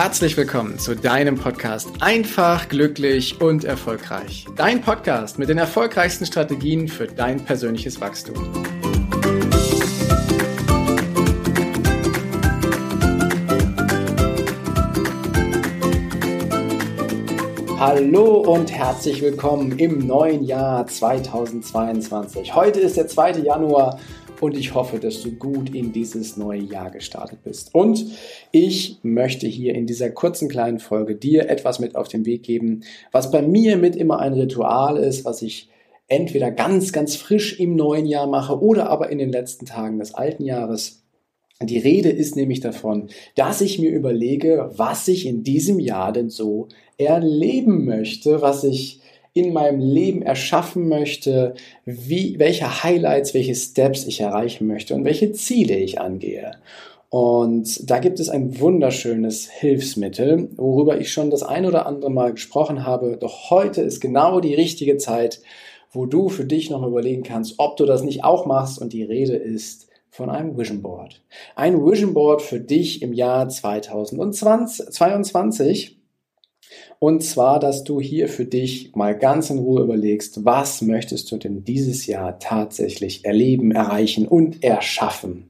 herzlich willkommen zu deinem Podcast Einfach, glücklich und erfolgreich. Dein Podcast mit den erfolgreichsten Strategien für dein persönliches Wachstum. Hallo und herzlich willkommen im neuen Jahr 2022. Heute ist der 2. Januar und ich hoffe, dass du gut in dieses neue Jahr gestartet bist. Und ich möchte hier in dieser kurzen kleinen Folge dir etwas mit auf den Weg geben, was bei mir mit immer ein Ritual ist, was ich entweder ganz, ganz frisch im neuen Jahr mache oder aber in den letzten Tagen des alten Jahres. Die Rede ist nämlich davon, dass ich mir überlege, was ich in diesem Jahr denn so erleben möchte, was ich in meinem Leben erschaffen möchte, welche Highlights, welche Steps ich erreichen möchte und welche Ziele ich angehe. Und da gibt es ein wunderschönes Hilfsmittel, worüber ich schon das ein oder andere Mal gesprochen habe. Doch heute ist genau die richtige Zeit, wo du für dich noch überlegen kannst, ob du das nicht auch machst. Und die Rede ist von einem Vision Board. Ein Vision Board für dich im Jahr 2022. Und zwar, dass du hier für dich mal ganz in Ruhe überlegst, was möchtest du denn dieses Jahr tatsächlich erleben, erreichen und erschaffen.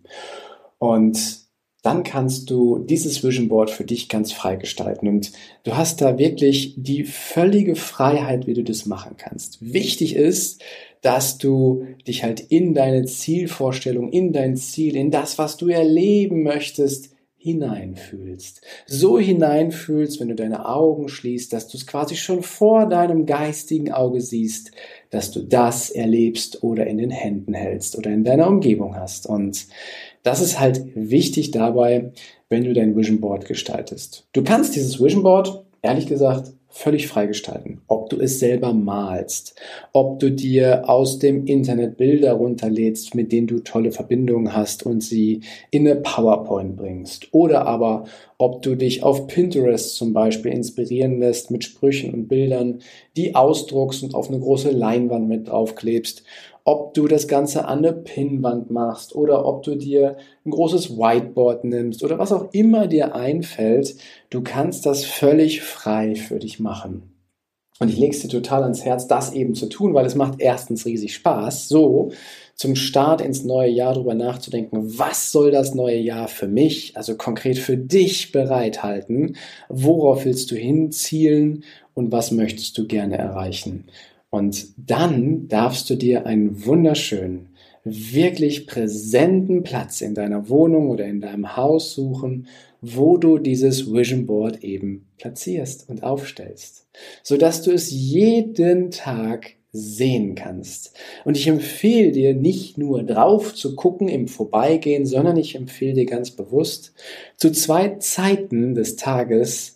Und dann kannst du dieses Vision Board für dich ganz frei gestalten. Und du hast da wirklich die völlige Freiheit, wie du das machen kannst. Wichtig ist, dass du dich halt in deine Zielvorstellung, in dein Ziel, in das, was du erleben möchtest, hineinfühlst. So hineinfühlst, wenn du deine Augen schließt, dass du es quasi schon vor deinem geistigen Auge siehst, dass du das erlebst oder in den Händen hältst oder in deiner Umgebung hast. Und das ist halt wichtig dabei, wenn du dein Vision Board gestaltest. Du kannst dieses Vision Board, ehrlich gesagt, völlig frei gestalten. Ob du es selber malst, ob du dir aus dem Internet Bilder runterlädst, mit denen du tolle Verbindungen hast und sie in eine PowerPoint bringst. Oder aber, ob du dich auf Pinterest zum Beispiel inspirieren lässt mit Sprüchen und Bildern, die ausdruckst und auf eine große Leinwand mit draufklebst. Ob du das Ganze an eine Pinnwand machst oder ob du dir ein großes Whiteboard nimmst oder was auch immer dir einfällt, du kannst das völlig frei für dich machen. Und ich lege es dir total ans Herz, das eben zu tun, weil es macht erstens riesig Spaß, so zum Start ins neue Jahr drüber nachzudenken, was soll das neue Jahr für mich, also konkret für dich bereithalten, worauf willst du hinzielen und was möchtest du gerne erreichen. Und dann darfst du dir einen wunderschönen, wirklich präsenten Platz in deiner Wohnung oder in deinem Haus suchen, wo du dieses Vision Board eben platzierst und aufstellst, sodass du es jeden Tag sehen kannst. Und ich empfehle dir, nicht nur drauf zu gucken im Vorbeigehen, sondern ich empfehle dir ganz bewusst, zu 2 Zeiten des Tages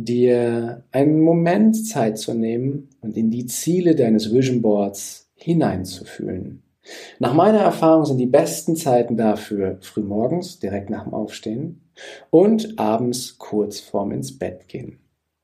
dir einen Moment Zeit zu nehmen und in die Ziele deines Vision Boards hineinzufühlen. Nach meiner Erfahrung sind die besten Zeiten dafür frühmorgens, direkt nach dem Aufstehen und abends kurz vorm ins Bett gehen.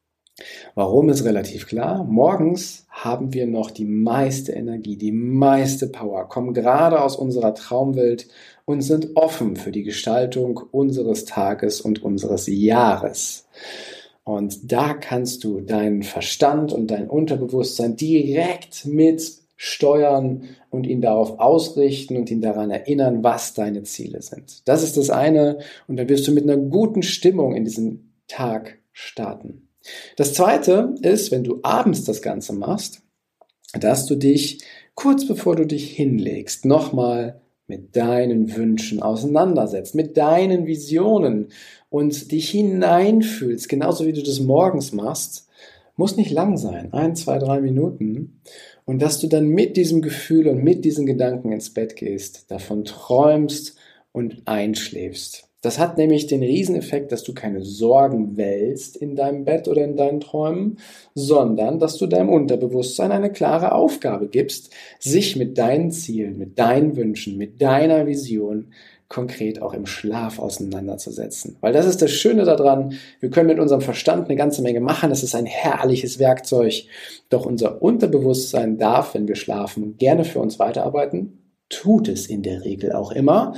Warum ist relativ klar. Morgens haben wir noch die meiste Energie, die meiste Power, kommen gerade aus unserer Traumwelt und sind offen für die Gestaltung unseres Tages und unseres Jahres. Und da kannst du deinen Verstand und dein Unterbewusstsein direkt mit steuern und ihn darauf ausrichten und ihn daran erinnern, was deine Ziele sind. Das ist das eine und dann wirst du mit einer guten Stimmung in diesen Tag starten. Das zweite ist, wenn du abends das Ganze machst, dass du dich kurz bevor du dich hinlegst, nochmal mit deinen Wünschen auseinandersetzt, mit deinen Visionen und dich hineinfühlst, genauso wie du das morgens machst, muss nicht lang sein, 1, 2, 3 Minuten. Und dass du dann mit diesem Gefühl und mit diesen Gedanken ins Bett gehst, davon träumst und einschläfst. Das hat nämlich den Rieseneffekt, dass du keine Sorgen wälzt in deinem Bett oder in deinen Träumen, sondern dass du deinem Unterbewusstsein eine klare Aufgabe gibst, sich mit deinen Zielen, mit deinen Wünschen, mit deiner Vision konkret auch im Schlaf auseinanderzusetzen. Weil das ist das Schöne daran, wir können mit unserem Verstand eine ganze Menge machen, das ist ein herrliches Werkzeug, doch unser Unterbewusstsein darf, wenn wir schlafen, gerne für uns weiterarbeiten, tut es in der Regel auch immer.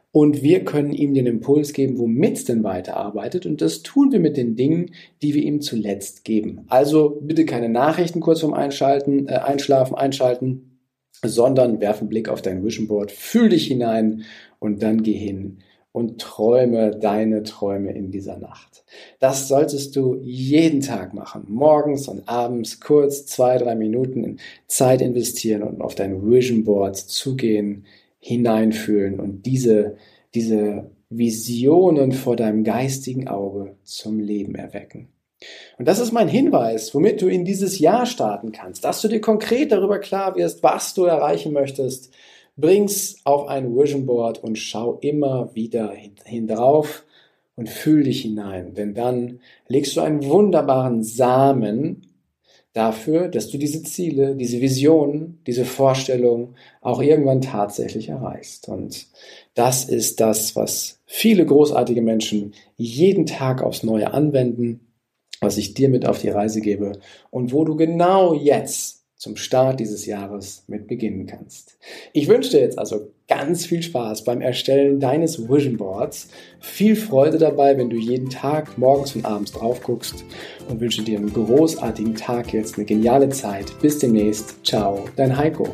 Und wir können ihm den Impuls geben, womit es denn weiterarbeitet. Und das tun wir mit den Dingen, die wir ihm zuletzt geben. Also bitte keine Nachrichten kurz vorm Einschlafen einschalten, sondern werf einen Blick auf dein Vision Board, fühl dich hinein und dann geh hin und träume deine Träume in dieser Nacht. Das solltest du jeden Tag machen, morgens und abends kurz 2-3 Minuten in Zeit investieren und auf dein Vision Board zugehen, hineinfühlen und diese Visionen vor deinem geistigen Auge zum Leben erwecken. Und das ist mein Hinweis, womit du in dieses Jahr starten kannst, dass du dir konkret darüber klar wirst, was du erreichen möchtest. Bring's auf ein Vision Board und schau immer wieder hin drauf und fühl dich hinein, denn dann legst du einen wunderbaren Samen dafür, dass du diese Ziele, diese Visionen, diese Vorstellungen auch irgendwann tatsächlich erreichst. Und das ist das, was viele großartige Menschen jeden Tag aufs Neue anwenden, was ich dir mit auf die Reise gebe und wo du genau jetzt zum Start dieses Jahres mit beginnen kannst. Ich wünsche dir jetzt also ganz viel Spaß beim Erstellen deines Vision Boards. Viel Freude dabei, wenn du jeden Tag morgens und abends drauf guckst und wünsche dir einen großartigen Tag jetzt, eine geniale Zeit. Bis demnächst. Ciao, dein Heiko.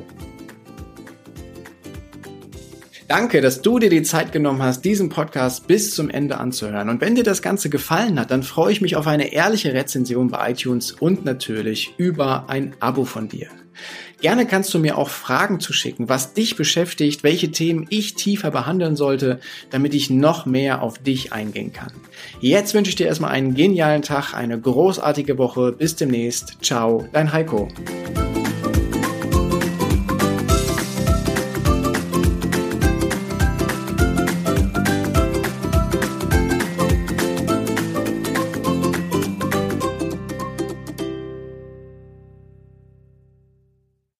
Danke, dass du dir die Zeit genommen hast, diesen Podcast bis zum Ende anzuhören. Und wenn dir das Ganze gefallen hat, dann freue ich mich auf eine ehrliche Rezension bei iTunes und natürlich über ein Abo von dir. Gerne kannst du mir auch Fragen zuschicken, was dich beschäftigt, welche Themen ich tiefer behandeln sollte, damit ich noch mehr auf dich eingehen kann. Jetzt wünsche ich dir erstmal einen genialen Tag, eine großartige Woche. Bis demnächst. Ciao, dein Heiko.